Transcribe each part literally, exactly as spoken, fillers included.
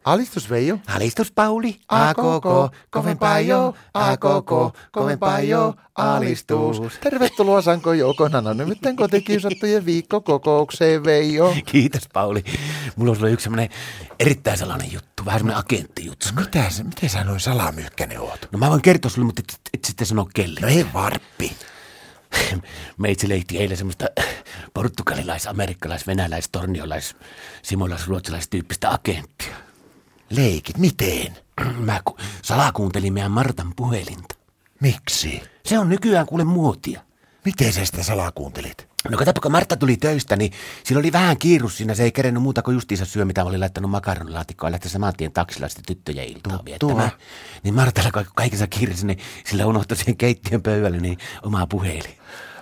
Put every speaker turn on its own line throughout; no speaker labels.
Alistus Veijo.
Alistus Pauli.
A koko, kovempaa jo. A koko, kovempaa jo. Alistus. Tervetuloa Sanko Joukona. No nimittäin kotikiusattujen viikkokokoukseen, Veijo.
Kiitos Pauli. Mulla on sulle yksi semmoinen erittäin salainen juttu. Vähän semmoinen agenttijuttu.
No mitä se, miten sä noin salamyhkänen oot?
No mä voin kertoa sulle, mutta et, et, et sitten sano kelle.
No ei varppi.
Meitsi leihti eilen semmoista portugalilais, amerikkalais, venäläis, torniolais, simolais, ruotsalais tyyppistä agenttia.
Leikit, miten?
Mä ku, salakuuntelin meidän Martan puhelinta.
Miksi?
Se on nykyään kuule muotia.
Miten sä sitä salakuuntelit?
No katsoppa, kun Martta tuli töistä, niin sillä oli vähän kiirus siinä. Se ei kerennyt muuta kuin justiinsa syö, mitä oli laittanut makaronilaatikkoa ja lähti saman tien taksilla sitten tyttöjen iltaa viettämään. Niin Martalla kaikessa kiireessä, niin sillä unohtui siihen keittiön pöydälle niin omaa puhelin.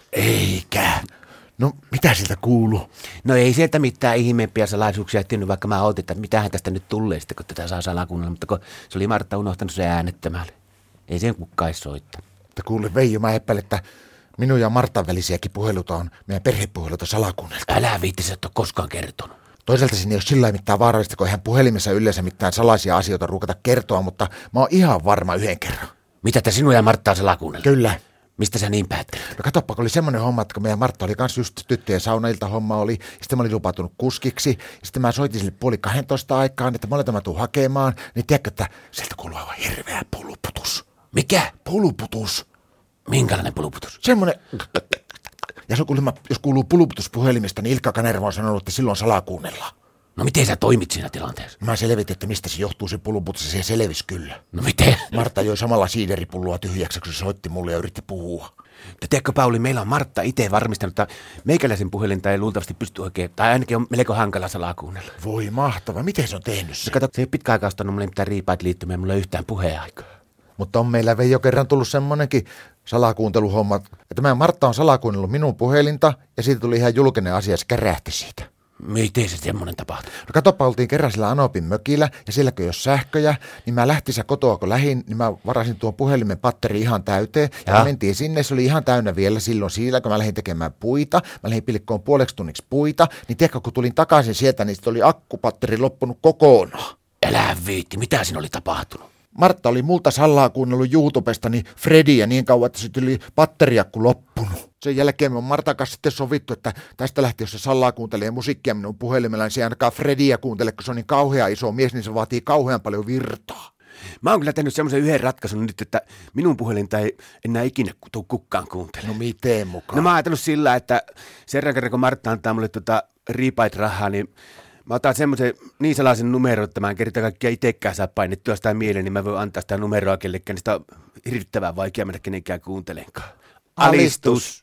Eikä. No mitä siltä kuuluu?
No ei sieltä mitään ihmeempiä salaisuuksia ehtinyt, vaikka mä otin, että mitähän tästä nyt tulee sitten, kun tätä saa salakuunnella. Mutta kun se oli Martta unohtanut se äänettömälle. Ei sen kukaan soittaa.
Mutta kuule Veijo, mä epäilen, että minun ja Martan välisiäkin puheluita on, meidän perhepuheluita salakuunnelta.
Älä viitti, sä et ole koskaan kertonut.
Toisaalta siinä ei ole sillä mitään vaarallista, kun eihän puhelimessa yleensä mitään salaisia asioita ruukata kertoa, mutta mä oon ihan varma yhden kerran.
Mitä te sinua ja Marttaa salakuunnella?
Kyllä.
Mistä sä niin päättelet?
No katsoppa, kun oli semmoinen homma, että kun meidän Martta oli kanssa just tyttöjen saunailta homma oli, ja sitten mä olin lupautunut kuskiksi, ja sitten mä soitin sille puoli kahdentoista aikaan, että molemmat mä tuun hakemaan, niin tiedätkö, että sieltä kuuluu aivan hirveä puluputus.
Mikä?
Puluputus.
Minkälainen puluputus?
Semmoinen. Ja se kuulemma, jos kuuluu puluputus puhelimesta, niin Ilkka Kanerva on sanonut, että silloin salakuunnellaan.
No miten sä toimit siinä tilanteessa?
Mä selvitin, että mistä se johtuu se puluputus, ja se selvisi kyllä.
No miten?
Martta joi samalla siideripulloa tyhjäksi, kun se soitti mulle ja yritti puhua.
Te tiedätkö Pauli, meillä on Martta itse varmistanut, että meikäläisen puhelinta ei luultavasti pysty oikein, tai ainakin on melko hankala salakuunnella.
Voi mahtava, miten se on tehnyt se?
No kato, se ei pitkä aikaa ostanut mulle mitään riipaat liittymään, mulla ei yhtään puheenaikaa.
Mutta on meillä Veijo kerran tullut semmonenkin salakuunteluhomma, että meidän Martta on salakuunnellut minun puhelinta, ja siitä tuli ihan julkinen asia, se kärähti siitä.
Miten se semmoinen tapahtui?
No katoppa, oltiin kerran sillä Anopin mökillä, ja silläkö jos sähköjä, niin mä lähtissä kotoa, kun lähin, niin mä varasin tuon puhelimen patteri ihan täyteen, ja, ja mentiin sinne, se oli ihan täynnä vielä silloin siellä, kun mä lähdin tekemään puita, mä lähdin pilkkoon puoleksi tunniksi puita, niin tiedätkö, kun tulin takaisin sieltä, niin sitten oli akkupatteri loppunut kokonaan.
Älä viitti, mitä siinä oli tapahtunut?
Martta oli multa salaa kuunnellut YouTubesta niin Frediä niin kauan, että se tuli batteriakku loppunut. Sen jälkeen me on Martan kanssa sitten sovittu, että tästä lähtien, jos se salaa kuuntelee musiikkia minun puhelimella, niin se ei ainakaan Frediä kuuntele, kun se on niin kauhea iso mies, niin se vaatii kauhean paljon virtaa.
Mä oon kyllä tehnyt semmoisen yhden ratkaisun nyt, että minun puhelinta ei enää ikinä tuu kukaan kuuntelemaan.
No miten mukaan?
No mä oon ajatellut sillä, että sen kerran kun Martta antaa mulle tota riipait rahaa, niin mä otan semmoisen niin salaisen numeron, että mä en kertaa kaikkia itsekään saa painettua sitä mieleen, niin mä voin antaa sitä numeroa kellekään, niin sitä on hirvittävän vaikea mennä kenenkään kuuntelenkaan.
Alistus.